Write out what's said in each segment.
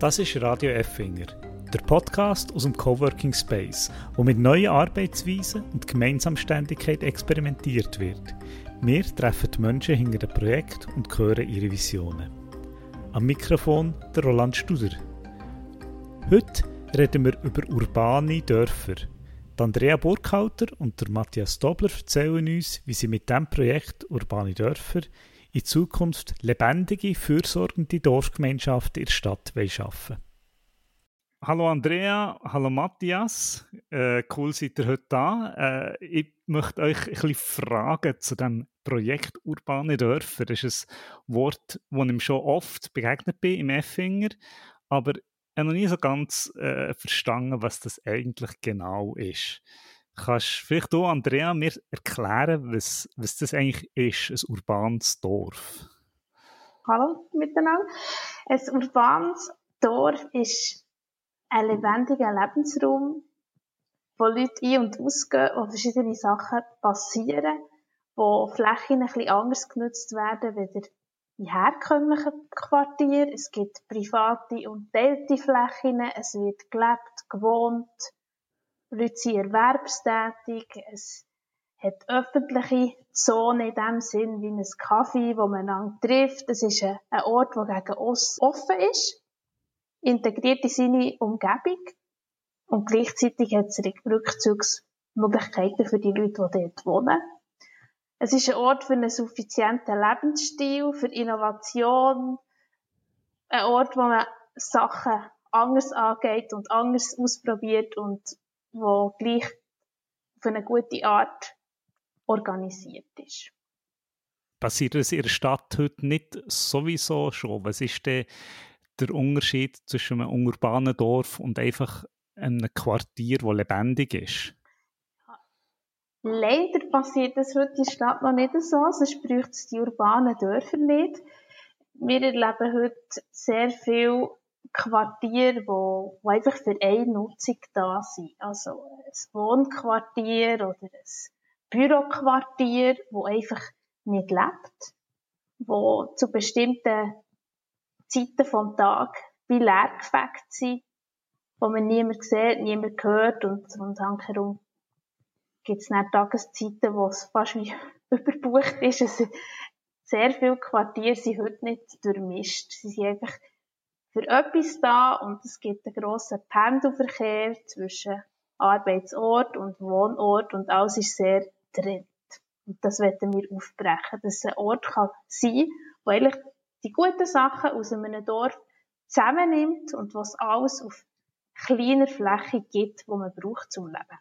Das ist Radio Effinger, der Podcast aus dem Coworking Space, wo mit neuen Arbeitsweisen und Gemeinsamständigkeit experimentiert wird. Wir treffen die Menschen hinter dem Projekt und hören ihre Visionen. Am Mikrofon der Roland Studer. Heute reden wir über urbane Dörfer. Die Andrea Burkhalter und der Matthias Dobler erzählen uns, wie sie mit diesem Projekt Urbane Dörfer in Zukunft lebendige, fürsorgende Dorfgemeinschaften in der Stadt schaffen wollen. Hallo Andrea, hallo Matthias, cool seid ihr heute da. Ich möchte euch ein bisschen fragen zu dem Projekt Urbane Dörfer. Das ist ein Wort, das ich schon oft begegnet bin im Effinger, aber ich habe noch nie so ganz verstanden, was das eigentlich genau ist. Kannst vielleicht du, Andrea, mir erklären, was das eigentlich ist, ein urbanes Dorf? Hallo miteinander. Ein urbanes Dorf ist ein lebendiger Lebensraum, wo Leute ein- und ausgehen, wo verschiedene Sachen passieren, wo Flächen ein bisschen anders genutzt werden als in herkömmlichen Quartieren. Es gibt private und geteilte Flächen, es wird gelebt, gewohnt, Leute sind erwerbstätig, es hat öffentliche Zonen in dem Sinn wie ein Café, wo man einander trifft. Es ist ein Ort, der gegen offen ist, integriert in seine Umgebung und gleichzeitig hat es Rückzugsmöglichkeiten für die Leute, die dort wohnen. Es ist ein Ort für einen suffizienten Lebensstil, für Innovation, ein Ort, wo man Sachen anders angeht und anders ausprobiert und wo gleich auf eine gute Art organisiert ist. Passiert das in der Stadt heute nicht sowieso schon? Was ist denn der Unterschied zwischen einem urbanen Dorf und einfach einem Quartier, das lebendig ist? Leider passiert das heute in der Stadt noch nicht so, sonst bräuchte es die urbanen Dörfer nicht. Wir erleben heute sehr viele Quartiere, die einfach für eine Nutzung da sind. Also ein Wohnquartier oder ein Büroquartier, das einfach nicht lebt, wo zu bestimmten Zeiten vom Tag wie leer gefegt sind, wo man niemand sieht, niemand hört und handherum gibt es dann Tageszeiten, wo es fast wie überbucht ist. Also sehr viele Quartiere sind heute nicht durchmischt. Sie sind einfach für etwas da und es gibt einen grossen Pendelverkehr zwischen Arbeitsort und Wohnort und alles ist sehr getrennt. Und das wollen wir aufbrechen, dass es ein Ort kann sein, wo eigentlich die guten Sachen aus einem Dorf zusammennimmt und was alles auf kleiner Fläche gibt, wo man braucht zum Leben.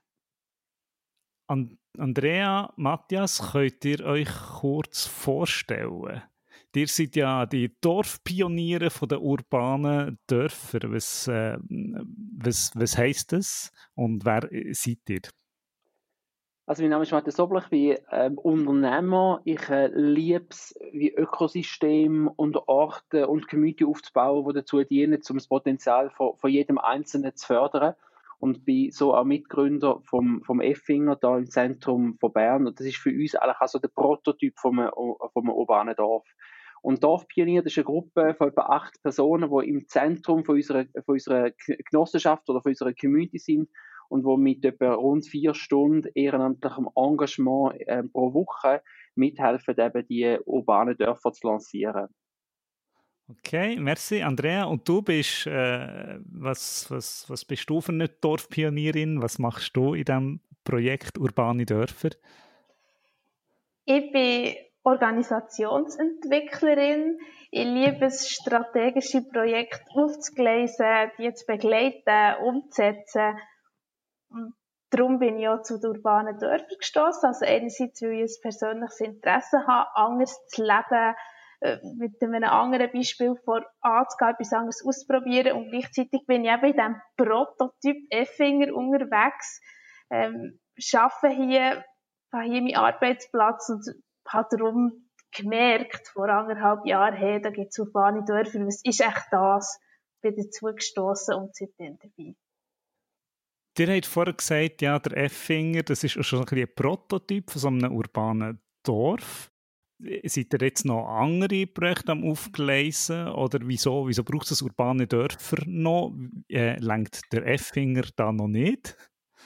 Andrea, Matthias, könnt ihr euch kurz vorstellen? Ihr seid ja die Dorfpioniere der urbanen Dörfer. Was heisst das und wer seid ihr? Also mein Name ist Matthias Dobler, ich bin Unternehmer. Ich liebe es, wie Ökosysteme und Orte und Gemüte aufzubauen, die dazu dienen, um das Potenzial von jedem Einzelnen zu fördern. Und bin so auch Mitgründer vom Effinger da im Zentrum von Bern. Und das ist für uns eigentlich auch so der Prototyp vom urbanen Dorf. Und Dorfpionier, das ist eine Gruppe von etwa 8 Personen, die im Zentrum von unserer Genossenschaft oder von unserer Community sind und wo mit etwa rund 4 Stunden ehrenamtlichem Engagement pro Woche mithelfen, eben die urbanen Dörfer zu lancieren. Okay, merci Andrea. Und du bist, was bist du für eine Dorfpionierin? Was machst du in diesem Projekt Urbane Dörfer? Ich bin Organisationsentwicklerin. Ich liebe es, strategische Projekte aufzugleisen, die zu begleiten, umzusetzen. Und darum bin ich auch zu den urbanen Dörfern gestossen. Also einerseits, weil ich ein persönliches Interesse habe, anders zu leben, mit einem anderen Beispiel vor anzugehen, etwas anderes auszuprobieren. Und gleichzeitig bin ich eben in diesem Prototyp Effinger unterwegs, arbeite hier, habe hier meinen Arbeitsplatz und habe darum gemerkt, vor 1,5 Jahren, hey, da gibt es urbane Dörfer, was ist echt das? Bin dazu gestossen und seitdem dabei. Ihr habt vorher gesagt, ja, der Effinger, das ist schon ein bisschen ein Prototyp von so einem urbanen Dorf. Seid ihr jetzt noch andere Projekte am Aufgleisen oder wieso braucht es urbane Dörfer noch? Lenkt der Effinger da noch nicht?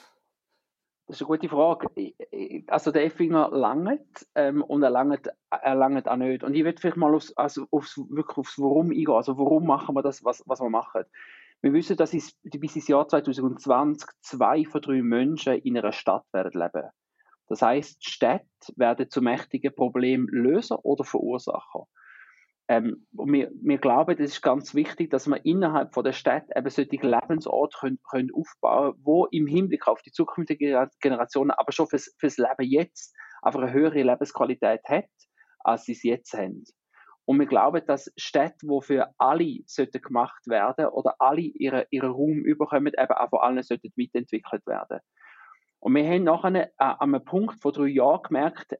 Das ist eine gute Frage. Also der Effinger langt und er langt auch nicht. Und ich würde vielleicht mal wirklich aufs Warum eingehen. Also warum machen wir das, was wir machen? Wir wissen, dass bis ins Jahr 2020 2 von 3 Menschen in einer Stadt werden leben. Das heisst, Städte werden zu mächtigen Problemlöser oder Verursacher. Und wir glauben, das ist ganz wichtig, dass wir innerhalb von der Stadt eben solche Lebensorte können aufbauen, wo im Hinblick auf die zukünftigen Generationen, aber schon fürs Leben jetzt einfach eine höhere Lebensqualität hat, als sie es jetzt haben. Und wir glauben, dass Städte, die für alle gemacht werden oder alle ihren Raum überkommen, eben auch von allen mitentwickelt werden. Und wir haben nachher an einem Punkt von 3 Jahren gemerkt,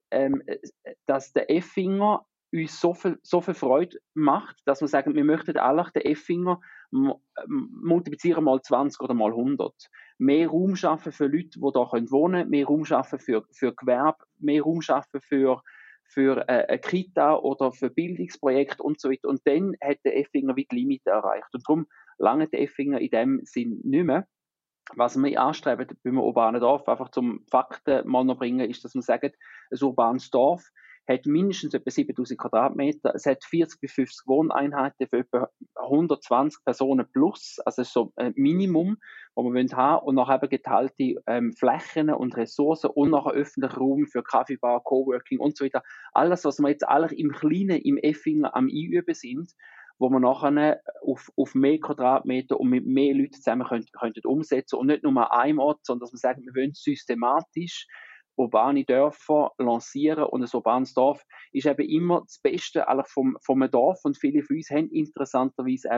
dass der Effinger uns so viel Freude macht, dass wir sagen, wir möchten eigentlich den Effinger multiplizieren mal 20 oder mal 100. Mehr Raum schaffen für Leute, die da wohnen können, mehr Raum schaffen für Gewerbe, mehr Raum schaffen für eine Kita oder für Bildungsprojekte und so weiter. Und dann hat der Effinger wie die Limite erreicht. Und darum lange der Effinger in dem Sinn nicht mehr. Was wir anstreben beim urbanen Dorf, einfach zum Fakten mal noch bringen, ist, dass wir sagen, ein urbanes Dorf hat mindestens etwa 7000 Quadratmeter, es hat 40 bis 50 Wohneinheiten für etwa 120 Personen plus, also so ein Minimum, das wir haben wollen, und nachher eben geteilte Flächen und Ressourcen und nachher öffentlicher Raum für Kaffeebar, Coworking und so weiter. Alles, was wir jetzt eigentlich im Kleinen, im Effinger am Einüben sind, wo wir nachher auf mehr Quadratmeter und mit mehr Leuten zusammen könnten umsetzen und nicht nur an einem Ort, sondern dass wir sagen, wir wollen systematisch urbane Dörfer lancieren und ein urbanes Dorf ist eben immer das Beste eigentlich vom Dorf und viele von uns haben interessanterweise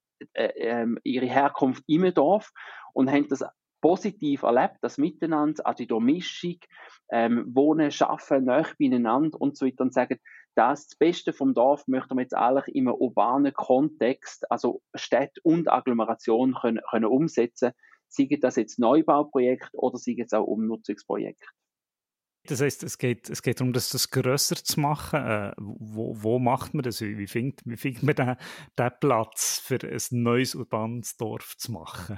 eben ihre Herkunft im Dorf und haben das positiv erlebt, das Miteinander, also die Durchmischung, Wohnen, Arbeiten, nahe beieinander und so weiter und sagen, das Beste vom Dorf möchten wir jetzt eigentlich im urbanen Kontext, also Stadt und Agglomeration können umsetzen, sei das jetzt Neubauprojekt oder sei es auch Umnutzungsprojekt. Das heisst, es geht darum, das grösser zu machen. Wo macht man das? Wie findet man den Platz für ein neues urbanes Dorf zu machen?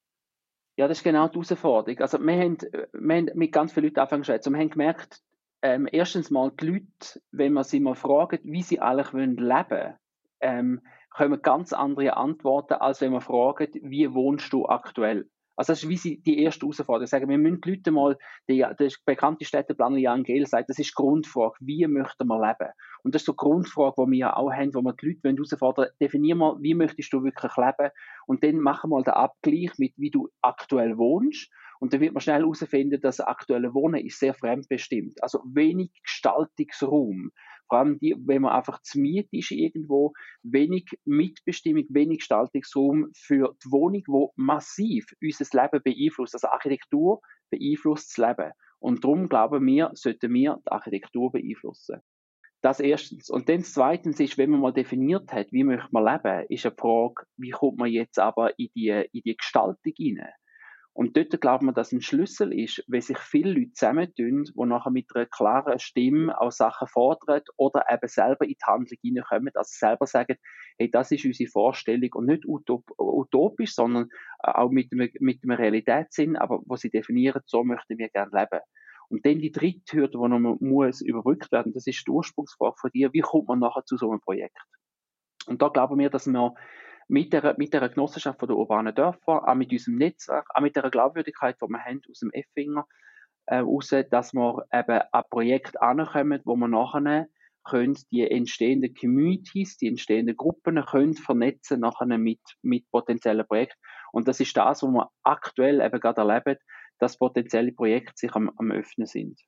Ja, das ist genau die Herausforderung. Also wir haben mit ganz vielen Leuten angefangen zu schätzen. Wir haben gemerkt, erstens mal die Leute, wenn man sie mal fragt, wie sie eigentlich leben wollen, kommen ganz andere Antworten, als wenn man fragt, wie wohnst du aktuell? Also das ist wie die erste Herausforderung. Sagen, wir müssen die Leute mal, der bekannte Städteplaner Jan Gehl sagt, das ist die Grundfrage, wie möchten wir leben? Und das ist so die Grundfrage, die wir auch haben, wo wir die Leute herausfordern wollen, definier mal, wie möchtest du wirklich leben? Und dann machen wir mal den Abgleich mit, wie du aktuell wohnst. Und dann wird man schnell herausfinden, dass das aktuelle Wohnen ist sehr fremdbestimmt. Also wenig Gestaltungsraum. Vor allem wenn man einfach zu Miete ist irgendwo, wenig Mitbestimmung, wenig Gestaltungsraum für die Wohnung, die massiv unser Leben beeinflusst. Also Architektur beeinflusst das Leben. Und darum glauben wir, sollten wir die Architektur beeinflussen. Das erstens. Und dann zweitens ist, wenn man mal definiert hat, wie möchte man leben, ist eine Frage, wie kommt man jetzt aber in die Gestaltung hinein? Und dort glaubt man, dass ein Schlüssel ist, wenn sich viele Leute zusammentun, die nachher mit einer klaren Stimme auch Sachen fordern oder eben selber in die Handlung hineinkommen, also selber sagen, hey, das ist unsere Vorstellung und nicht utopisch, sondern auch mit einem Realitätssinn, aber wo sie definieren, so möchten wir gerne leben. Und dann die dritte Hürde, die noch muss überbrückt werden, das ist die Ursprungsfrage von dir, wie kommt man nachher zu so einem Projekt? Und da glauben wir, dass wir mit der Genossenschaft von der urbanen Dörfer, auch mit unserem Netzwerk, auch mit der Glaubwürdigkeit, die wir haben aus dem Effinger, raus, dass wir eben an Projekte ankommen, wo wir nachher können die entstehenden Communities, die entstehenden Gruppen können vernetzen nachher mit potenziellen Projekten. Und das ist das, was wir aktuell eben gerade erleben, dass potenzielle Projekte sich am Öffnen sind.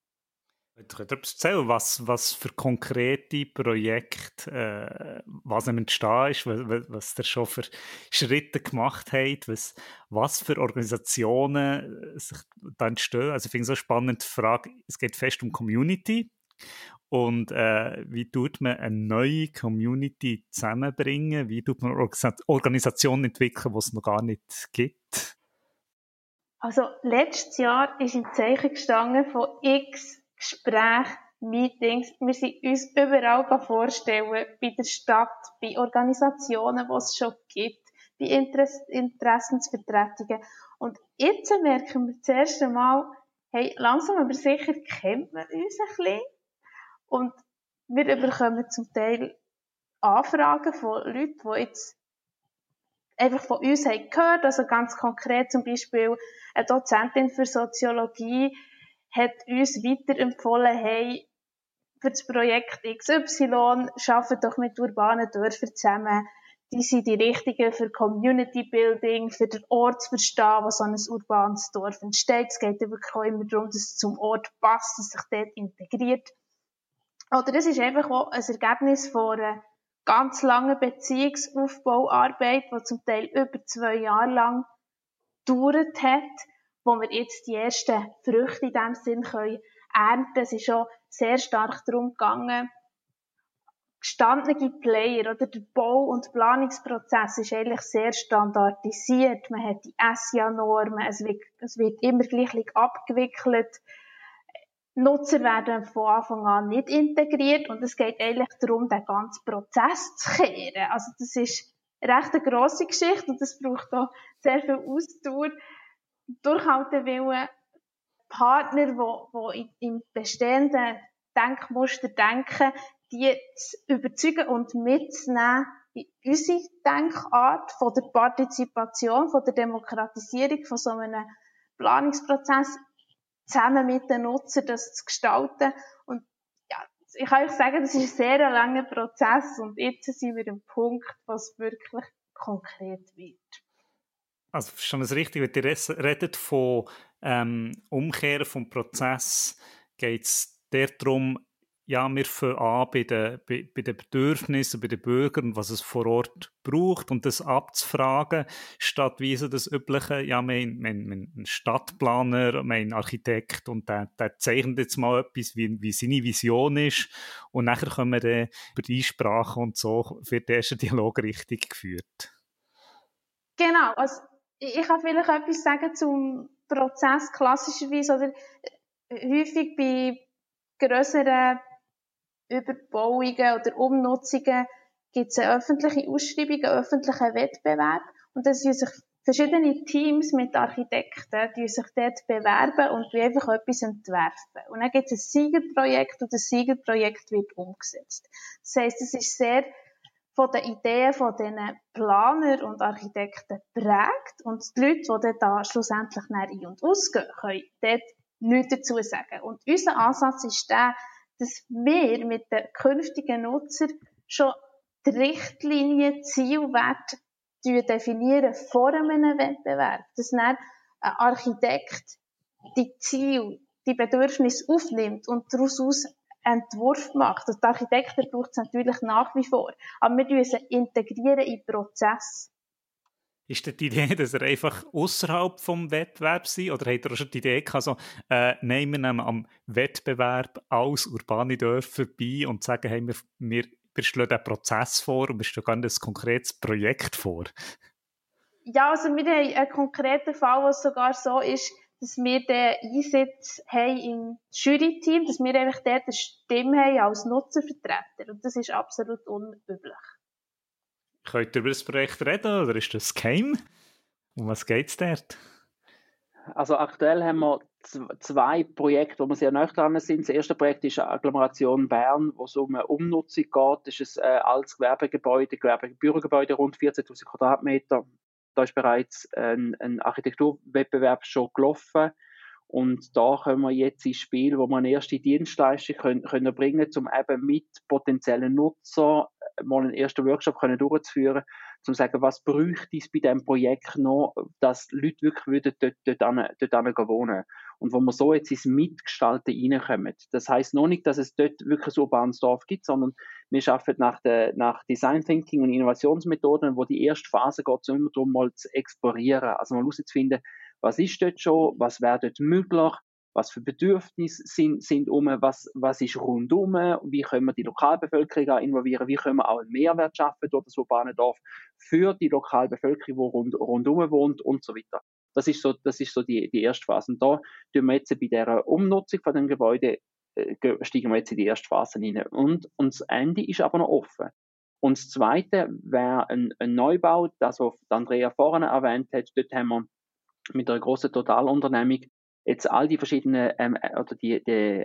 Könnt ihr erzählen, was für konkrete Projekte was am Entstehen ist, was ihr schon für Schritte gemacht habt, was für Organisationen sich da entstehen? Also ich finde es so eine spannende Frage, es geht fest um Community und wie tut man eine neue Community zusammenbringen, wie tut man Organisationen entwickeln, die es noch gar nicht gibt? Also letztes Jahr ist im Zeichen gestanden von x Gespräche Meetings. Wir sind uns überall vorstellen, bei der Stadt, bei Organisationen, die es schon gibt, bei Interessensvertretungen. Und jetzt merken wir das erste Mal, hey, langsam aber sicher kennt man uns ein bisschen. Und wir bekommen zum Teil Anfragen von Leuten, die jetzt einfach von uns haben gehört. Also ganz konkret zum Beispiel eine Dozentin für Soziologie hat uns weiterempfohlen, hey, für das Projekt XY, arbeitet doch mit urbanen Dörfern zusammen. Die sind die richtigen für Community Building, für den Ort zu verstehen, wo so ein urbanes Dorf entsteht. Es geht wirklich auch immer darum, dass es zum Ort passt, dass sich dort integriert. Oder es ist einfach auch ein Ergebnis von einer ganz langen Beziehungsaufbauarbeit, die zum Teil über 2 Jahre lang gedauert hat, wo wir jetzt die ersten Früchte in diesem Sinn können ernten. Es ist auch sehr stark darum gegangen, gestandene Player oder der Bau- und Planungsprozess ist eigentlich sehr standardisiert. Man hat die SIA-Normen, es wird immer gleich abgewickelt. Nutzer werden von Anfang an nicht integriert und es geht eigentlich darum, den ganzen Prozess zu kehren. Also das ist recht eine grosse Geschichte und es braucht auch sehr viel Ausdauer, Durchhaltewillen, Partner, die im bestehenden Denkmuster denken, die zu überzeugen und mitzunehmen in unsere Denkart von der Partizipation, von der Demokratisierung von so einem Planungsprozess, zusammen mit den Nutzern das zu gestalten. Und ja, ich kann euch sagen, das ist ein sehr langer Prozess und jetzt sind wir am Punkt, wo es wirklich konkret wird. Also schon das Richtige, wenn ihr redet von Umkehren vom Prozess, geht es darum, ja, wir fangen an bei den Bedürfnissen, bei den Bürgern und was es vor Ort braucht und das abzufragen, statt wie so das übliche, ja, wir haben einen Stadtplaner, wir haben einen Architekt und der zeichnet jetzt mal etwas, wie seine Vision ist und nachher können wir dann über die Einsprache und so wird der erste Dialog richtig geführt. Genau, also ich kann vielleicht etwas sagen zum Prozess klassischerweise oder häufig bei grösseren Überbauungen oder Umnutzungen gibt es eine öffentliche Ausschreibung, einen öffentlichen Wettbewerb und da sind sich verschiedene Teams mit Architekten, die sich dort bewerben und die einfach etwas entwerfen. Und dann gibt es ein Siegerprojekt und das Siegerprojekt wird umgesetzt. Das heisst, es ist sehr von den Ideen von diesen Planer und Architekten prägt und die Leute, die da schlussendlich ein- und ausgehen, können dort nichts dazu sagen. Und unser Ansatz ist der, dass wir mit den künftigen Nutzern schon die Richtlinien, Zielwerte definieren vor einem Wettbewerb. Dass dann ein Architekt die Ziele, die Bedürfnisse aufnimmt und daraus einen Entwurf macht. Und die Architekten braucht es natürlich nach wie vor. Aber wir müssen integrieren in den Prozess. Ist das die Idee, dass er einfach außerhalb vom Wettbewerb sind? Oder habt ihr auch schon die Idee gehabt, so, nein, wir nehmen am Wettbewerb alles urbane Dörfer bei und sagen, hey, wir schlagen den Prozess vor und wir schlagen ein konkretes Projekt vor? Ja, also wir haben einen konkreten Fall, wo es sogar so ist, dass wir den Einsatz haben im Jury-Team, dass wir eigentlich dort eine Stimme haben als Nutzervertreter. Und das ist absolut unüblich. Könnt ihr über das Projekt reden oder ist das geheim? Um was geht es dort? Also aktuell haben wir 2 Projekte, wo wir sehr nah dran sind. Das erste Projekt ist Agglomeration Bern, wo es um eine Umnutzung geht. Das ist ein altes Bürogebäude, rund 14'000 Quadratmeter. Da ist bereits ein Architekturwettbewerb schon gelaufen. Und da können wir jetzt ins Spiel, wo wir eine erste Dienstleistung können bringen, um eben mit potenziellen Nutzern mal einen ersten Workshop durchzuführen, um zu sagen, was bräuchte es bei diesem Projekt noch, dass Leute wirklich dort wohnen. Und wo wir so jetzt ins Mitgestalten reinkommen. Das heisst noch nicht, dass es dort wirklich ein urbanes Dorf gibt, sondern wir arbeiten nach Design Thinking und Innovationsmethoden, wo die erste Phase geht, so immer darum, mal zu explorieren. Also mal herauszufinden, was ist dort schon, was wäre dort möglich, was für Bedürfnisse sind was ist rundum, wie können wir die Lokalbevölkerung involvieren, wie können wir auch einen Mehrwert schaffen durch das urbane Dorf für die Lokalbevölkerung, die rundum wohnt und so weiter. Das ist so die erste Phase. Und da tun wir jetzt bei dieser Umnutzung von dem Gebäude steigen wir jetzt in die erste Phase rein. Und das Ende ist aber noch offen. Und das Zweite wäre ein Neubau, das, was Andrea vorhin erwähnt hat. Dort haben wir mit einer grossen Totalunternehmung jetzt all die verschiedenen oder die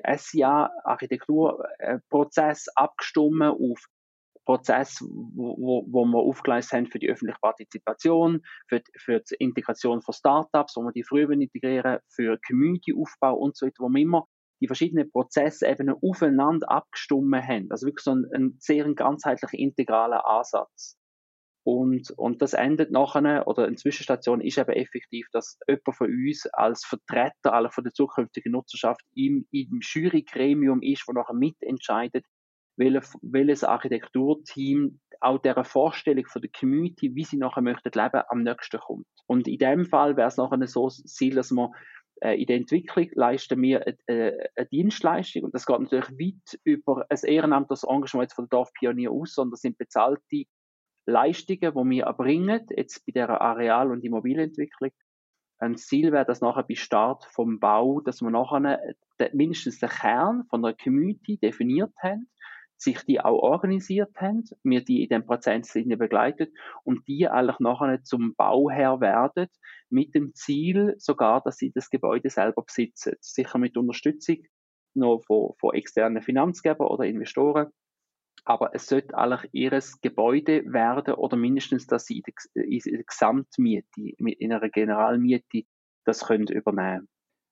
SIA-Architekturprozess abgestimmt auf Prozess, wo wir aufgeleistet haben für die öffentliche Partizipation, für die Integration von Startups, wo wir die früher integrieren, für Community-Aufbau und so weiter, wo wir immer die verschiedenen Prozessebenen aufeinander abgestimmt haben. Also wirklich so ein sehr ganzheitlicher, integraler Ansatz. Und das endet nachher, oder eine Zwischenstation ist eben effektiv, dass jemand von uns als Vertreter aller von der zukünftigen Nutzerschaft im Jurygremium ist, der nachher mitentscheidet, welches Architekturteam auch dieser Vorstellung von der Community, wie sie nachher möchten leben, am nächsten kommt. Und in dem Fall wäre es nachher so Ziel, dass wir in der Entwicklung leisten wir eine Dienstleistung, und das geht natürlich weit über ein ehrenamtliches Engagement jetzt von der Dorfpionier aus, sondern das sind bezahlte Leistungen, die wir erbringen, jetzt bei dieser Areal- und Immobilienentwicklung. Ein Ziel wäre, dass nachher bei Start vom Bau, dass wir nachher mindestens den Kern von einer Community definiert haben, sich die auch organisiert haben, wir die in dem Prozess begleitet und die eigentlich nachher zum Bauherr werden, mit dem Ziel sogar, dass sie das Gebäude selber besitzen. Sicher mit Unterstützung noch von externen Finanzgebern oder Investoren. Aber es sollte eigentlich ihres Gebäude werden oder mindestens, dass sie in der Gesamtmiete, in einer Generalmiete, das können übernehmen.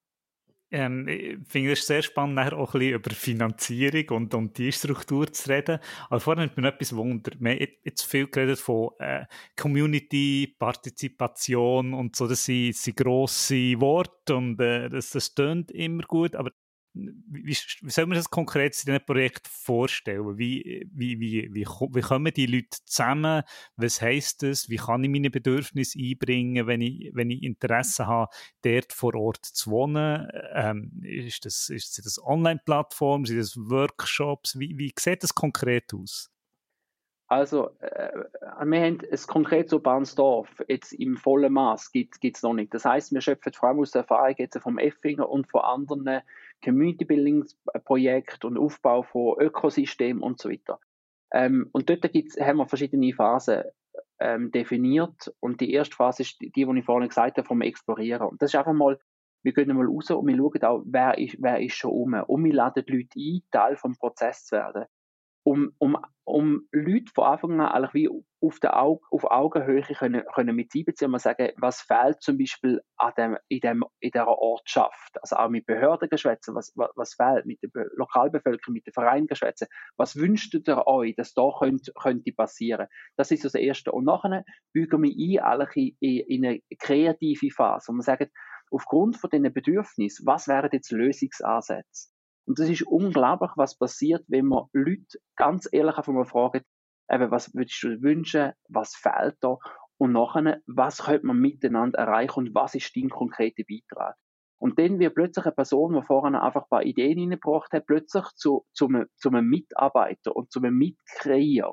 Ich finde es sehr spannend, nachher auch ein bisschen über Finanzierung und die Struktur zu reden. Aber vorhin hat mir noch etwas Wunder. Wir haben jetzt viel geredet von Community, Partizipation und so. Das sind grosse Worte und das tönt immer gut. Aber wie soll man das konkret in diesem Projekt vorstellen? Wie kommen die Leute zusammen? Was heisst das? Wie kann ich meine Bedürfnisse einbringen, wenn ich Interesse habe, dort vor Ort zu wohnen? Sind das Online-Plattformen? Sind das Workshops? Wie sieht das konkret aus? Also, wir haben es konkret so Bahnsdorf jetzt im vollen Maß gibt's noch nicht. Das heisst, wir schöpfen vor allem aus der Erfahrung jetzt vom Effinger und von anderen Community-Building-Projekten und Aufbau von Ökosystemen und so weiter. Und dort haben wir verschiedene Phasen definiert. Und die erste Phase ist die ich vorhin gesagt habe, vom Explorieren. Und das ist einfach mal, wir gehen mal raus und wir schauen auch, wer ist schon rum. Und wir laden die Leute ein, Teil vom Prozess zu werden. Um Leute von Anfang an eigentlich wie auf Augenhöhe können mit einbeziehen und mal sagen, was fehlt zum Beispiel in dieser Ortschaft. Also auch mit Behörden schwätzen, was fehlt mit der Lokalbevölkerung, mit den Vereinen schwätzen. Was wünscht ihr euch, dass da könnte passieren? Das ist das Erste. Und nachher bügen wir eigentlich in eine kreative Phase, wo wir sagen, aufgrund von diesen Bedürfnissen, was wären jetzt Lösungsansätze? Und das ist unglaublich, was passiert, wenn man Leute ganz ehrlich einfach mal fragen, was würdest du dir wünschen, was fehlt da? Und nachher, was könnte man miteinander erreichen und was ist dein konkreter Beitrag? Und dann wird plötzlich eine Person, die vorher einfach ein paar Ideen reingebracht hat, plötzlich zu einem Mitarbeiter und zu einem Mitkreierer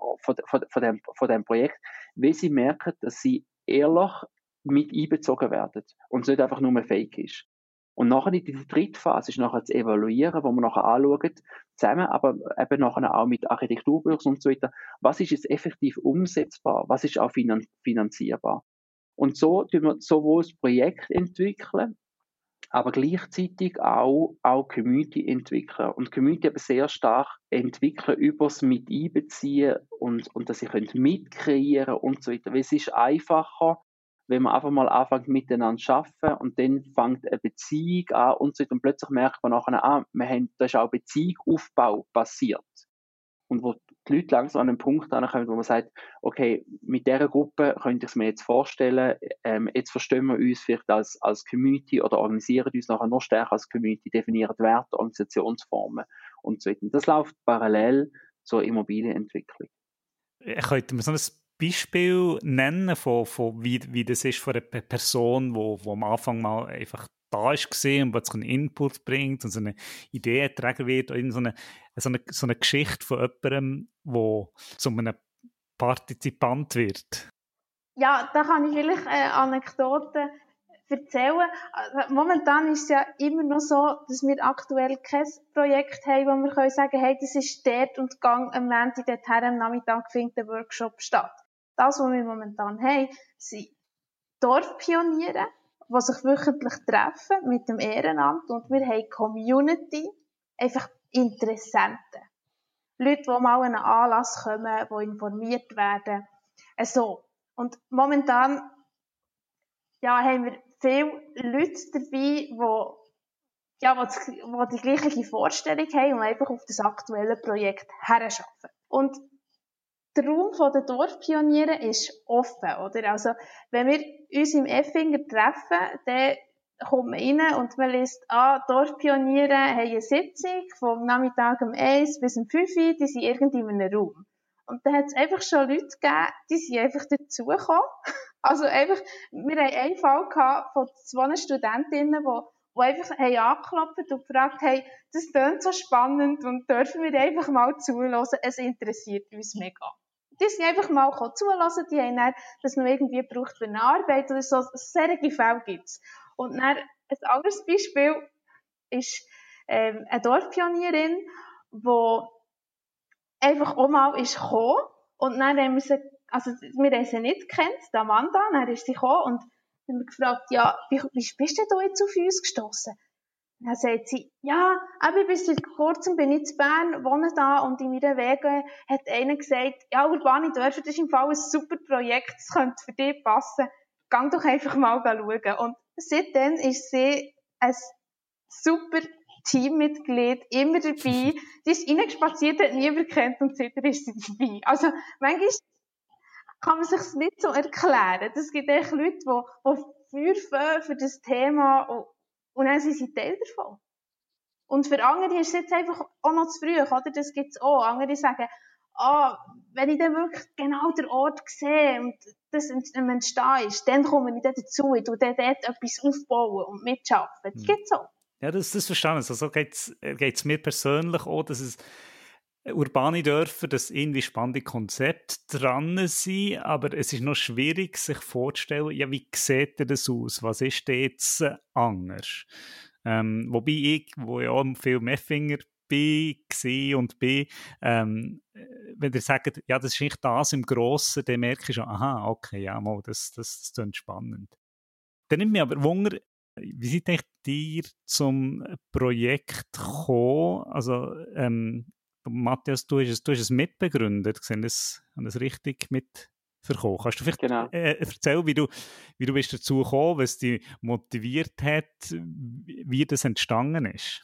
von dem Projekt, weil sie merken, dass sie ehrlich mit einbezogen werden und es nicht einfach nur Fake ist. Und nachher in die dritte Phase ist nachher zu evaluieren, wo wir nachher anschauen, zusammen, aber eben nachher auch mit Architekturbüros und so weiter, was ist jetzt effektiv umsetzbar, was ist auch finanzierbar. Und so tun wir sowohl das Projekt entwickeln, aber gleichzeitig auch Community entwickeln. Und Community eben sehr stark entwickeln übers mit einbeziehen und dass sie mitkreieren und so weiter. Weil es ist einfacher, wenn man einfach mal anfängt miteinander zu arbeiten und dann fängt eine Beziehung an und so weiter. Und plötzlich merkt man nachher, da ist auch Beziehungsaufbau passiert. Und wo die Leute langsam an einen Punkt ankommen, wo man sagt, okay, mit dieser Gruppe könnte ich es mir jetzt vorstellen, jetzt verstehen wir uns vielleicht als Community oder organisieren uns nachher noch stärker als Community, definieren Werte, Organisationsformen und so weiter. Und das läuft parallel zur Immobilienentwicklung. Könnte man so ein Beispiel nennen von wie das ist von einer Person, wo am Anfang mal einfach da war und plötzlich einen Input bringt und so eine Ideenträger wird oder so eine Geschichte von jemandem, der zu einem Partizipant wird? Ja, da kann ich vielleicht eine Anekdote erzählen. Also momentan ist es ja immer noch so, dass wir aktuell kein Projekt haben, wo wir können sagen, hey, das ist dort und gang am Montag dorthin, am Nachmittag findet der Workshop statt. Das, was wir momentan haben, sind Dorfpioniere, die sich wöchentlich treffen mit dem Ehrenamt, und wir haben Community, einfach Interessenten. Leute, die mal an einen Anlass kommen, die informiert werden. So. Und momentan, ja, haben wir viele Leute dabei, die die gleiche Vorstellung haben und einfach auf das aktuelle Projekt herarbeiten. Und der Raum der Dorfpioniere ist offen, oder? Also, wenn wir uns im Effinger treffen, dann kommt man rein und man liest, Dorfpioniere haben eine Sitzung vom Nachmittag um 1 bis um 5 Uhr, die sind irgendwie in einem Raum. Und da hat es einfach schon Leute gegeben, die sind einfach dazugekommen. Also einfach, wir haben einen Fall gehabt von 2 Studentinnen, die einfach angeklopft und gefragt haben, das klingt so spannend und dürfen wir einfach mal zuhören, es interessiert uns mega. Die sind einfach mal zuhören, die haben dann das noch irgendwie gebraucht für eine Arbeit oder so. Solche Fälle gibt's. Und dann ein anderes Beispiel ist eine Dorfpionierin, die einfach auch mal ist gekommen und dann haben wir sie, also wir haben sie nicht gekannt, die Amanda, dann ist sie gekommen und haben wir gefragt, ja, wie bist du jetzt auf uns gestossen? Dann sagt sie, ja, aber bis seit kurzem bin ich in Bern, wohne da und in meinen Wegen hat einer gesagt, ja, urbane Dörfer, das ist im Fall ein super Projekt, das könnte für dich passen. Geh doch einfach mal schauen. Und seitdem ist sie ein super Teammitglied, immer dabei. Sie ist reingespaziert, hat niemand gekannt und seitdem ist sie dabei. Also, manchmal kann man sich's nicht so erklären. Es gibt echt Leute, die Feuer für das Thema und dann sind sie Teil davon. Und für andere ist es jetzt einfach auch noch zu früh, oder? Das gibt's auch. Andere sagen, wenn ich dann wirklich genau den Ort sehe und das am Entstehen ist, dann komme ich dann dazu, ich tue dann dort etwas aufbauen und mitschaffen. Das gibt's auch. Ja, das verstehe ich. Also geht's mir persönlich auch, dass es urbane Dörfer, das irgendwie spannende Konzept dran sind, aber es ist noch schwierig, sich vorzustellen, ja, wie sieht das aus? Was ist denn jetzt anders? Wobei ich, wo ja auch viel Effinger war und bin, wenn ihr sagt, ja, das ist nicht das im Grossen, dann merke ich schon, aha, okay, ja, mal, das klingt spannend. Dann nimmt mich aber Wunder, wie seid ihr zum Projekt gekommen? Also, Matthias, du hast es mitbegründet, habe das richtig mitverkauft? Kannst du vielleicht erzählen, wie du bist dazu gekommen, was dich motiviert hat, wie das entstanden ist?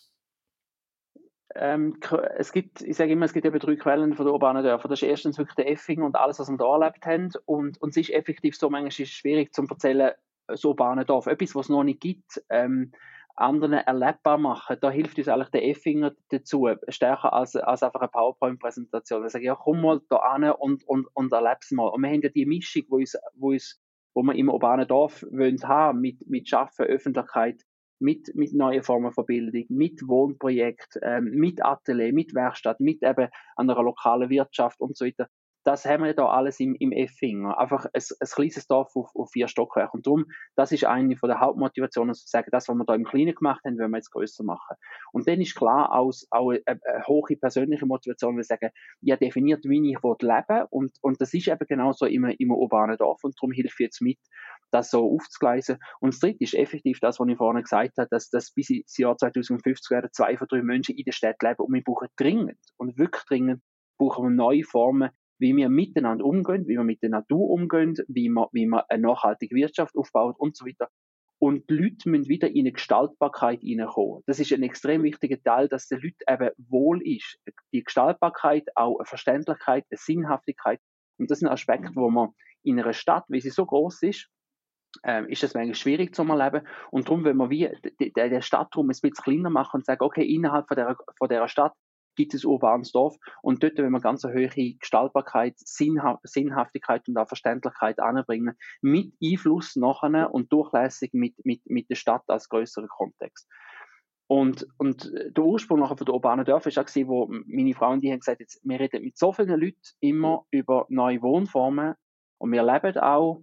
Ich sage immer, es gibt eben 3 Quellen von den urbanen Dörfern. Das ist erstens wirklich der Effinger und alles, was wir da erlebt haben. Und es ist effektiv so, manchmal ist es schwierig zu erzählen, so urbanen Dorf. Etwas, was es noch nicht gibt, anderen erlebbar machen. Da hilft uns eigentlich der Effinger dazu, stärker als einfach eine PowerPoint-Präsentation. Da sage ich, ja, komm mal da hin und erleb's mal. Und wir haben ja die Mischung, wo wir im urbanen Dorf haben, mit Schaffen, Öffentlichkeit, mit neuen Formen von Bildung, mit Wohnprojekt, mit Atelier, mit Werkstatt, mit eben einer lokalen Wirtschaft und so weiter. Das haben wir da alles im Effinger. Einfach ein kleines Dorf auf 4 Stockwerken. Und darum, das ist eine von der Hauptmotivationen, sozusagen, das, was wir da im Kleinen gemacht haben, wollen wir jetzt grösser machen. Und dann ist klar auch eine hohe persönliche Motivation, wir sagen, ja, definiert, wie ich leben will. Und das ist eben genauso im urbanen Dorf. Und darum hilft jetzt mit, das so aufzugleisen. Und das Dritte ist effektiv das, was ich vorhin gesagt habe, dass bis ins Jahr 2050 werden 2 von 3 Menschen in der Stadt leben. Und wir brauchen dringend, und wirklich dringend, brauchen wir neue Formen, wie wir miteinander umgehen, wie wir mit der Natur umgehen, wie man eine nachhaltige Wirtschaft aufbaut und so weiter. Und die Leute müssen wieder in eine Gestaltbarkeit hineinkommen. Das ist ein extrem wichtiger Teil, dass den Leuten eben wohl ist. Die Gestaltbarkeit, auch eine Verständlichkeit, eine Sinnhaftigkeit. Und das ist ein Aspekt, wo man in einer Stadt, wie sie so groß ist das manchmal schwierig zu erleben. Und darum wollen wir den Stadtraum ein bisschen kleiner machen und sagen, okay, innerhalb von dieser Stadt gibt es urbanes Dorf und dort wollen wir ganz eine hohe Gestaltbarkeit, Sinnhaftigkeit und auch Verständlichkeit anbringen, mit Einfluss nachher und durchlässig mit der Stadt als größeren Kontext. Und der Ursprung nachher von den urbanen Dörfern war auch, wo meine Frau und die haben gesagt, jetzt, wir reden mit so vielen Leuten immer über neue Wohnformen und wir leben auch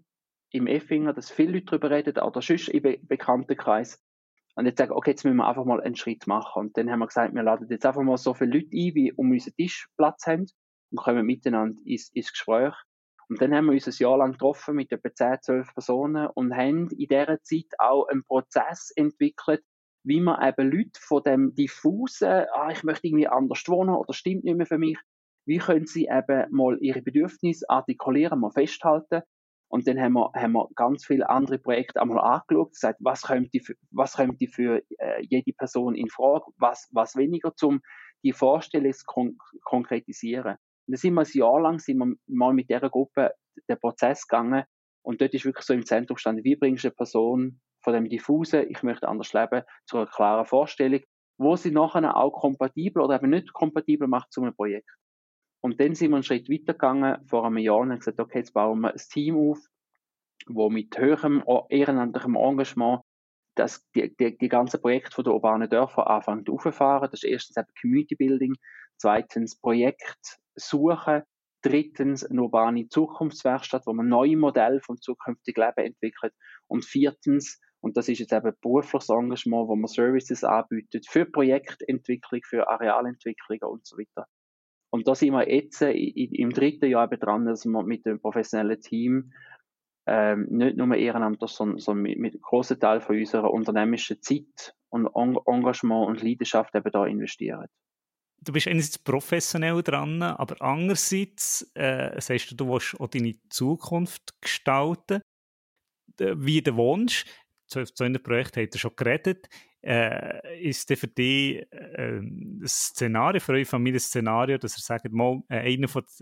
im Effinger, dass viele Leute darüber reden, oder sonst im Bekanntenkreis. Und jetzt sagen, okay, jetzt müssen wir einfach mal einen Schritt machen. Und dann haben wir gesagt, wir laden jetzt einfach mal so viele Leute ein, wie um unseren Tisch Platz haben und kommen miteinander ins Gespräch. Und dann haben wir uns ein Jahr lang getroffen mit etwa 10, 12 Personen und haben in dieser Zeit auch einen Prozess entwickelt, wie man eben Leute von dem diffusen, ich möchte irgendwie anders wohnen oder stimmt nicht mehr für mich, wie können sie eben mal ihre Bedürfnisse artikulieren, mal festhalten. Und dann haben wir ganz viele andere Projekte einmal angeschaut, gesagt, was kommt für jede Person in Frage, was weniger, um die Vorstellung zu konkretisieren. Und dann sind wir ein Jahr lang mal mit dieser Gruppe den Prozess gegangen und dort ist wirklich so im Zentrum gestanden, wie bringst du eine Person von dem diffusen, ich möchte anders leben, zu einer klaren Vorstellung, wo sie nachher auch kompatibel oder eben nicht kompatibel macht zu einem Projekt. Und dann sind wir einen Schritt weitergegangen vor einem Jahr und haben gesagt, okay, jetzt bauen wir ein Team auf, wo mit höherem ehrenamtlichem Engagement die ganzen Projekte von den urbanen Dörfern anfangen aufzufahren. Das ist erstens eben Community Building, zweitens Projekt suchen, drittens eine urbane Zukunftswerkstatt, wo man neue Modelle vom zukünftigen Leben entwickelt und viertens, und das ist jetzt eben berufliches Engagement, wo man Services anbietet für Projektentwicklung, für Arealentwicklungen und so weiter. Und da sind wir jetzt im 3. Jahr eben dran, dass wir mit dem professionellen Team nicht nur ehrenamtlich, sondern mit einem grossen Teil von unserer unternehmerischen Zeit und Engagement und Leidenschaft eben da investieren. Du bist einerseits professionell dran, aber andererseits sagst du willst auch deine Zukunft gestalten, wie du wohnst. Zu einem Projekt habt ihr schon geredet. Ist denn für dich ein Szenario, für eure Familie ein Szenario, dass ihr sagt, mal, eines von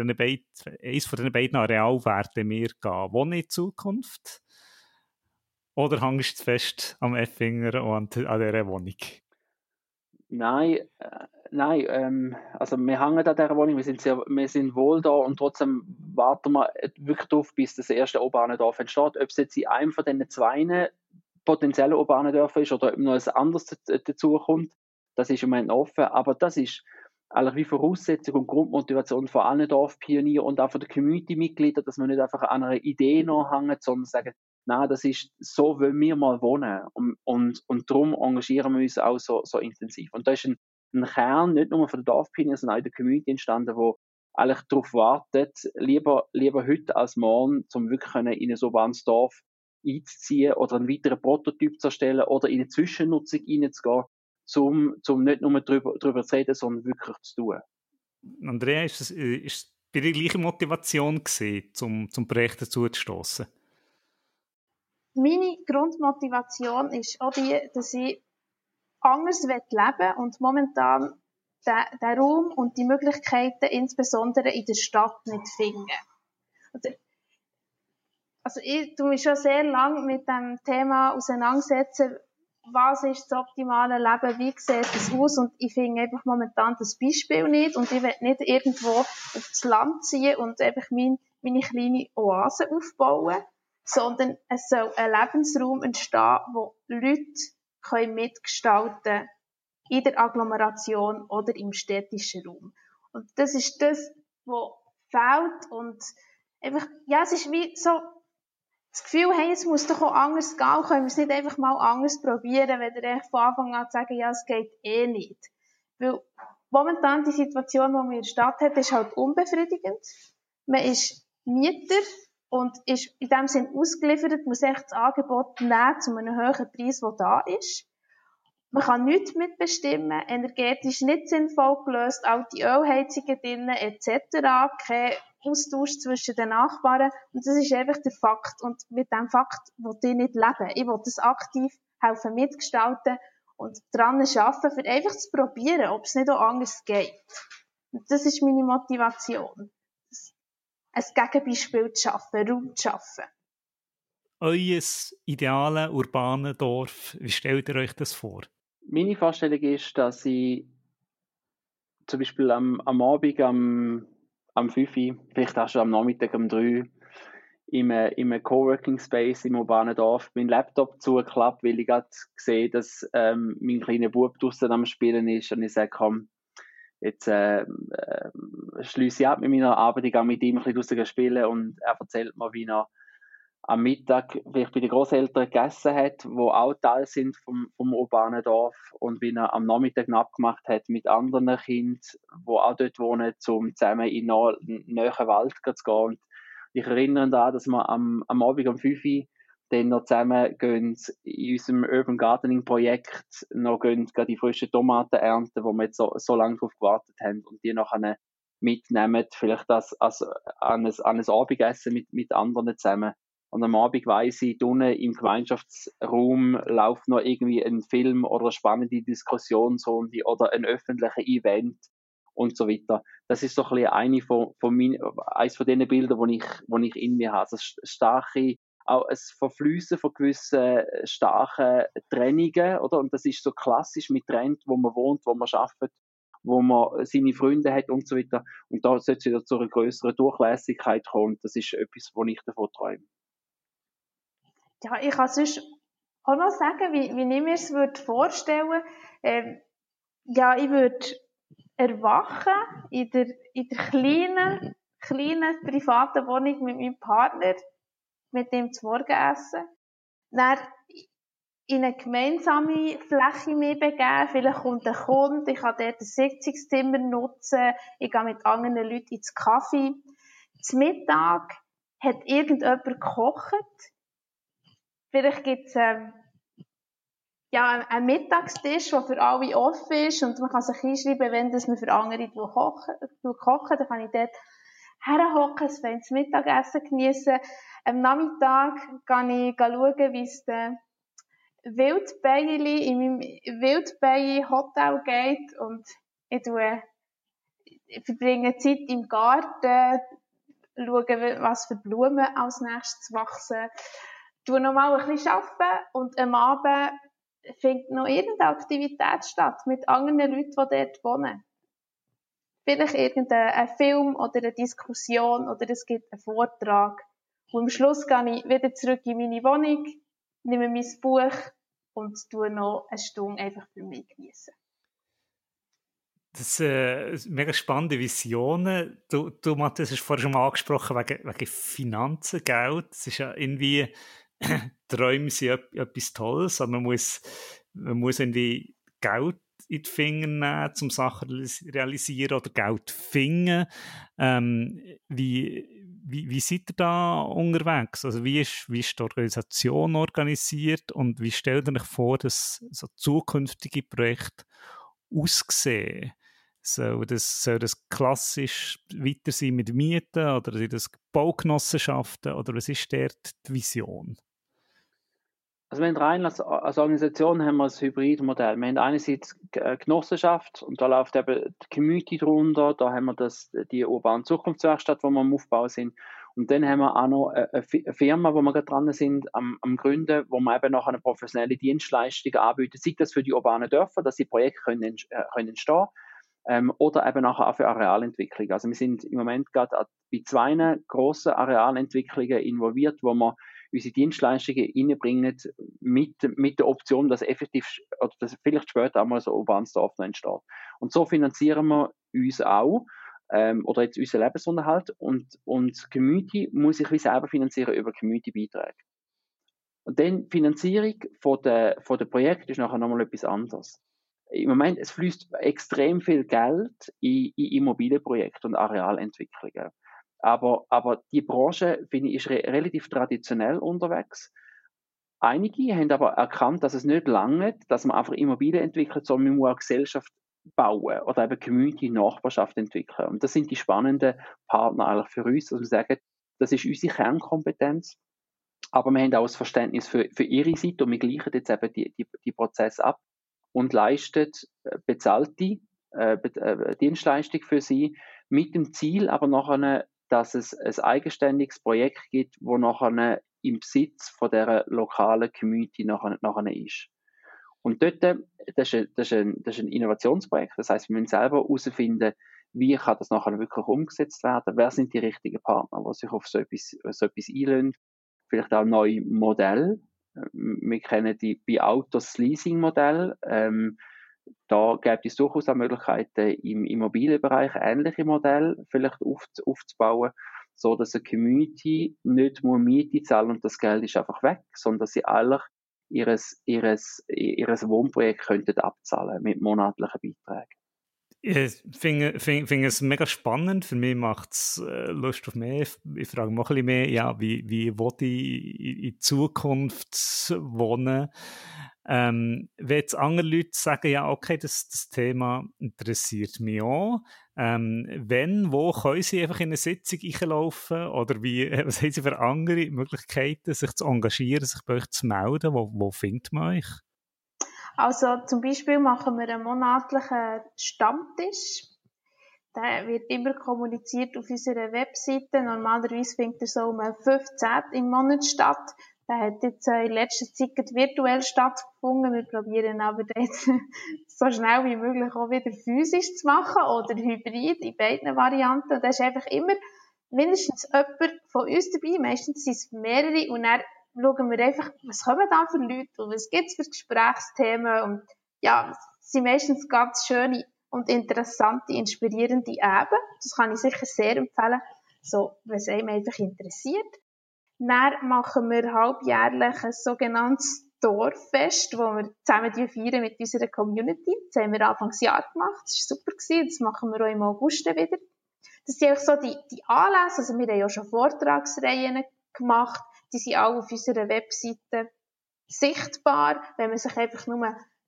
diesen beiden Arealen werden wir gehen? Wohnen in Zukunft? Oder hängst du fest am Effinger und an dieser Wohnung? Nein, also wir hängen an dieser Wohnung, wir sind wohl da und trotzdem warten wir wirklich darauf, bis das erste urbane Dorf entsteht. Ob es jetzt in einem von diesen zwei potenziellen urbanen Dörfern ist oder ob noch ein anderes dazukommt, das ist im Moment offen, aber das ist eigentlich wie Voraussetzung und Grundmotivation von allen Dorfpionieren und auch von den Community-Mitgliedern, dass man nicht einfach an einer Idee noch hängt, sondern sagen, nein, das ist so, wollen wir mal wohnen und darum engagieren wir uns auch so intensiv. Und da ist ein Kern, nicht nur von den Dorfpionieren, sondern auch in der Community entstanden, wo eigentlich darauf wartet, lieber heute als morgen, um wirklich in ein urbanes Dorf einzuziehen oder einen weiteren Prototyp zu erstellen oder in eine Zwischennutzung reinzugehen, um nicht nur darüber zu reden, sondern wirklich zu tun. Andrea, ist es bei dir gleiche Motivation gewesen, zum Projekt dazu zu stossen? Meine Grundmotivation ist auch die, dass ich anders leben will und momentan den Raum und die Möglichkeiten insbesondere in der Stadt nicht finde. Also ich tue mich schon sehr lange mit dem Thema auseinandersetzen, was ist das optimale Leben, wie sieht es aus, und ich finde einfach momentan das Beispiel nicht und ich will nicht irgendwo aufs Land ziehen und einfach meine kleine Oase aufbauen, sondern es soll ein Lebensraum entstehen, wo Leute mitgestalten können in der Agglomeration oder im städtischen Raum. Und das ist das, was fehlt und einfach, ja, es ist wie so, das Gefühl, hey, es muss doch auch anders gehen, können wir es nicht einfach mal anders probieren, wenn ihr von Anfang an sagen, ja, es geht eh nicht. Weil momentan die Situation, die man in der Stadt hat, ist halt unbefriedigend. Man ist Mieter und ist in dem Sinn ausgeliefert, muss echt das Angebot nehmen zu einem höheren Preis, der da ist. Man kann nichts mitbestimmen, energetisch nicht sinnvoll gelöst, alte Ölheizungen drinnen, etc., kein Austausch zwischen den Nachbarn. Und das ist einfach der Fakt. Und mit dem Fakt will ich nicht leben. Ich will das aktiv helfen mitgestalten und daran arbeiten, für einfach zu probieren, ob es nicht auch anders geht. Und das ist meine Motivation. Ein Gegenbeispiel zu schaffen, Raum zu schaffen. Euer ideales urbanes Dorf, wie stellt ihr euch das vor? Meine Vorstellung ist, dass ich zum Beispiel am Abend, am 5 Uhr, vielleicht auch schon am Nachmittag um 3 Uhr, in einem Coworking Space im urbanen Dorf meinen Laptop zuklappt, weil ich gerade sehe, dass mein kleiner Bub draussen am Spielen ist und ich sage, komm, jetzt schliesse ich ab mit meiner Arbeit, ich gehe mit ihm ein bisschen draussen spielen und er erzählt mir, wie er am Mittag vielleicht bei den Großeltern gegessen hat, wo auch Teil sind vom urbanen Dorf, und wie er am Nachmittag abgemacht hat mit anderen Kindern, die auch dort wohnen, um zusammen in einen nahen Wald zu gehen. Und ich erinnere daran, dass wir am Abend um 5 Uhr dann noch zusammen gehen in unserem Urban Gardening Projekt noch gehen, die frischen Tomaten ernten, wo wir jetzt so lange darauf gewartet haben, und die nachher mitnehmen, vielleicht das an ein Abendessen mit anderen zusammen. Und am Abend weiss ich, unten im Gemeinschaftsraum läuft noch irgendwie ein Film oder eine spannende Diskussionsrunde oder ein öffentlicher Event und so weiter. Das ist so ein bisschen eines von diesen Bildern, die ich in mir habe. Also starke, auch ein Verfliessen von gewissen starken Trennungen, oder? Und das ist so klassisch mit Trend, wo man wohnt, wo man arbeitet, wo man seine Freunde hat und so weiter. Und da sollte es wieder zu einer grösseren Durchlässigkeit kommen. Das ist etwas, wo ich davon träume. Ja, ich kann sonst auch noch sagen, wie ich mir es vorstellen würde. Ja, ich würde erwachen in der kleinen privaten Wohnung mit meinem Partner, mit dem zu Morgen essen. Dann in eine gemeinsame Fläche mich begeben. Vielleicht kommt ein Kunde, ich kann dort ein Sitzungszimmer nutzen, ich gehe mit anderen Leuten ins Kaffee. Zum Mittag hat irgendjemand gekocht. Vielleicht gibt es einen Mittagstisch, der für alle offen ist, und man kann sich einschreiben, wenn das man für andere kochen. Dann kann ich dort herhocken, ein feines Mittagessen geniessen. Am Nachmittag gehe ich schauen, wie es den Wildbeili in meinem Wildbeili-Hotel geht, und ich verbringe Zeit im Garten, schaue, was für Blumen als nächstes wachsen, tue noch mal ein bisschen arbeiten, und am Abend findet noch irgendeine Aktivität statt mit anderen Leuten, die dort wohnen. Vielleicht irgendein Film oder eine Diskussion, oder es gibt einen Vortrag. Und am Schluss gehe ich wieder zurück in meine Wohnung, nehme mein Buch und tue noch eine Stunde einfach für mich geniessen. Das sind mega spannende Visionen. Du Matthias, hast vorhin schon mal angesprochen, wegen Finanzen, Geld. Das ist ja irgendwie, Träume sind etwas Tolles, aber man muss irgendwie Geld in die Finger nehmen, um Sachen zu realisieren, oder Geld finden. Wie seid ihr da unterwegs? Also wie ist die Organisation organisiert, und wie stellt ihr euch vor, dass so zukünftige Projekte aussehen? Soll das klassisch weiter sein mit Mieten, oder sind das Baugenossenschaften, oder was ist dort die Vision? Also wir haben rein als Organisation haben wir ein Hybridmodell. Wir haben einerseits Genossenschaft, und da läuft eben die Community drunter, da haben wir die urbane Zukunftswerkstatt, wo wir am Aufbau sind. Und dann haben wir auch noch eine Firma, wo wir gerade dran sind, am Gründen, wo wir eben noch eine professionelle Dienstleistung anbieten, sei das für die urbanen Dörfer, dass die Projekte können entstehen, oder eben nachher auch für Arealentwicklung. Also wir sind im Moment gerade bei 2 grossen Arealentwicklungen involviert, wo wir unsere Dienstleistungen reinbringen mit der Option, dass effektiv oder dass vielleicht später einmal so ein urbanes Dorf noch entsteht. Und so finanzieren wir uns auch, oder jetzt unseren Lebensunterhalt, und die Community muss sich wie selber finanzieren über Community-Beiträge. Und dann die Finanzierung von der Projekte ist nachher nochmal etwas anderes. Im Moment, es fließt extrem viel Geld in Immobilienprojekte und Arealentwicklungen. Aber die Branche, finde ich, ist relativ traditionell unterwegs. Einige haben aber erkannt, dass es nicht lange, dass man einfach Immobilien entwickelt, sondern man muss auch Gesellschaft bauen oder eben Community-Nachbarschaft entwickeln. Und das sind die spannenden Partner eigentlich für uns, dass wir sagen, das ist unsere Kernkompetenz, aber wir haben auch das Verständnis für ihre Seite, und wir gleichen jetzt eben die Prozesse ab und leisten bezahlte Dienstleistung für sie, mit dem Ziel aber nachher, dass es ein eigenständiges Projekt gibt, das nachher im Besitz von dieser lokalen Community nachher ist. Und dort, das ist ein Innovationsprojekt. Das heisst, wir müssen selber herausfinden, wie kann das nachher wirklich umgesetzt werden, wer sind die richtigen Partner, die sich auf so etwas einlösen, vielleicht auch neue Modelle. Wir kennen bei Autos das Leasing-Modell. Da gibt es durchaus auch Möglichkeiten, im Immobilienbereich ähnliche Modelle vielleicht aufzubauen, so dass eine Community nicht nur Miete zahlen und das Geld ist einfach weg, sondern dass sie eigentlich ihres Wohnprojekt könnten abzahlen mit monatlichen Beiträgen. Ich finde es mega spannend. Für mich macht es Lust auf mehr. Ich frage mich auch ein bisschen mehr, ja, wie will ich in Zukunft wohnen? Wenn jetzt andere Leute sagen, ja, okay, das Thema interessiert mich auch. Wo können sie einfach in eine Sitzung reinlaufen? Oder was haben sie für andere Möglichkeiten, sich zu engagieren, sich bei euch zu melden? Wo findet man euch? Also zum Beispiel machen wir einen monatlichen Stammtisch. Der wird immer kommuniziert auf unserer Webseite. Normalerweise findet er so um 15 im Monat statt. Der hat jetzt in letzter Zeit virtuell stattgefunden. Wir probieren aber jetzt so schnell wie möglich auch wieder physisch zu machen oder hybrid in beiden Varianten. Und da ist einfach immer mindestens jemand von uns dabei. Meistens sind es mehrere und dann schauen wir einfach, was kommen da für Leute und was gibt's für Gesprächsthemen und ja, es sind meistens ganz schöne und interessante, inspirierende Abende. Das kann ich sicher sehr empfehlen, so, wenn es einem einfach interessiert. Dann machen wir halbjährlich ein sogenanntes Dorffest, wo wir zusammen feiern mit unserer Community. Das haben wir Anfangsjahr gemacht, das war super gewesen, das machen wir auch im August wieder. Das sind auch so die Anlässe, also wir haben ja schon Vortragsreihen gemacht, die sind alle auf unserer Webseite sichtbar. Wenn man sich einfach nur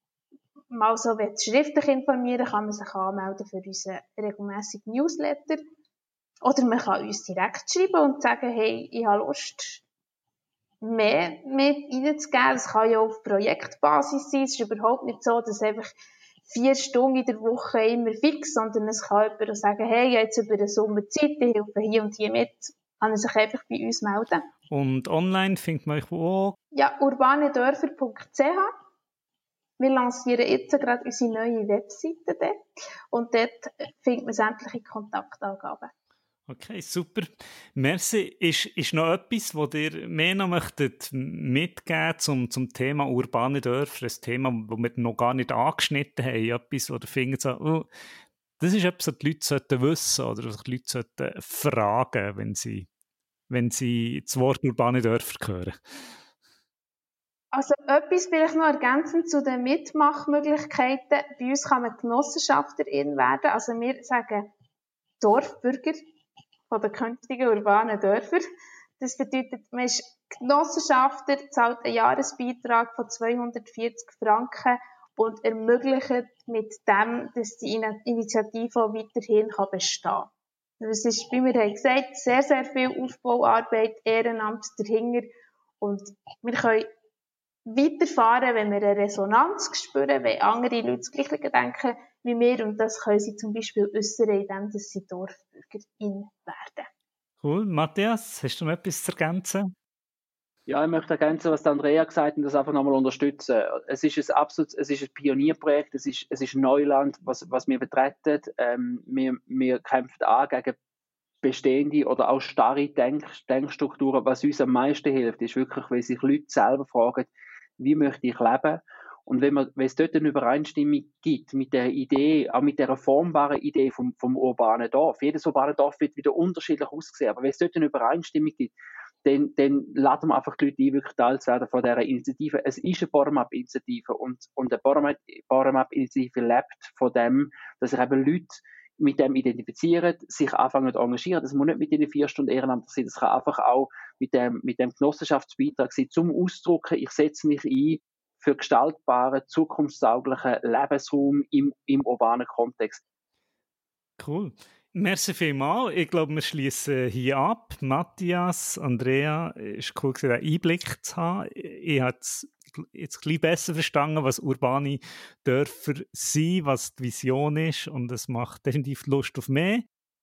mal so schriftlich informieren will, kann man sich anmelden für unseren regelmässigen Newsletter. Oder man kann uns direkt schreiben und sagen, hey, ich habe Lust, mehr reinzugeben. Das kann ja auf Projektbasis sein. Es ist überhaupt nicht so, dass einfach 4 Stunden in der Woche immer fix, sondern es kann jemand sagen, hey, jetzt über den Sommer Zeit, ich helfe hier und hier mit. Kann er sich einfach bei uns melden. Und online findet man euch wo? Ja, urbanedörfer.ch. Wir lancieren jetzt gerade unsere neue Webseite dort. Und dort findet man sämtliche Kontaktangaben. Okay, super. Merci. Ist noch etwas, was ihr mehr noch möchtet mitgeben zum Thema urbane Dörfer? Ein Thema, das wir noch gar nicht angeschnitten haben. Etwas, wo ihr findet, so, oh, das ist etwas, was die Leute wissen sollten oder was die Leute sollten fragen, wenn sie das Wort urbane Dörfer hören. Also etwas vielleicht noch ergänzend zu den Mitmachmöglichkeiten. Bei uns kann man Genossenschafterin werden. Also wir sagen Dorfbürger von den künftigen urbanen Dörfern. Das bedeutet, man ist Genossenschafter, zahlt einen Jahresbeitrag von 240 Franken und ermöglicht mit dem, dass die Initiative auch weiterhin bestehen kann. Das ist, wie wir haben gesagt, sehr, sehr viel Aufbauarbeit, Ehrenamt dahinter. Und wir können weiterfahren, wenn wir eine Resonanz spüren, wenn andere Leute das Gleiche denken wie wir. Und das können sie zum Beispiel äußern, indem sie Dorfbürgerin werden. Cool. Matthias, hast du noch etwas zu ergänzen? Ja, ich möchte ergänzen, was Andrea gesagt hat, und das einfach nochmal unterstützen. Es ist ein Pionierprojekt, es ist Neuland, was wir betreten. Wir kämpfen an gegen bestehende oder auch starre Denkstrukturen. Was uns am meisten hilft, ist wirklich, wenn sich Leute selber fragen, wie möchte ich leben? Und wenn es dort eine Übereinstimmung gibt mit der Idee, auch mit der formbaren Idee vom urbanen Dorf. Jedes urbane Dorf wird wieder unterschiedlich aussehen, aber wenn es dort eine Übereinstimmung gibt, dann laden wir einfach die Leute ein, wirklich Teil zu werden von dieser Initiative. Es ist eine Bottom-up-Initiative und eine Bottom-up-Initiative lebt von dem, dass sich eben Leute mit dem identifizieren, sich anfangen zu engagieren. Das muss nicht mit den 4 Stunden Ehrenamt sein, das kann einfach auch mit dem Genossenschaftsbeitrag sein, zum Ausdrucken, ich setze mich ein für gestaltbaren, zukunftstauglichen Lebensraum im urbanen Kontext. Cool. Merci vielmals. Ich glaube, wir schließen hier ab. Matthias, Andrea, es war cool, einen Einblick zu haben. Ich habe jetzt ein bisschen besser verstanden, was urbane Dörfer sind, was die Vision ist, und es macht definitiv Lust auf mehr.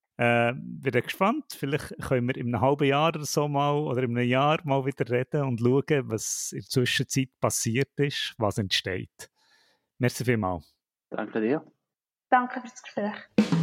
Bin gespannt. Vielleicht können wir in einem halben Jahr oder so mal oder in einem Jahr mal wieder reden und schauen, was in der Zwischenzeit passiert ist, was entsteht. Merci vielmals. Danke dir. Danke für das Gespräch.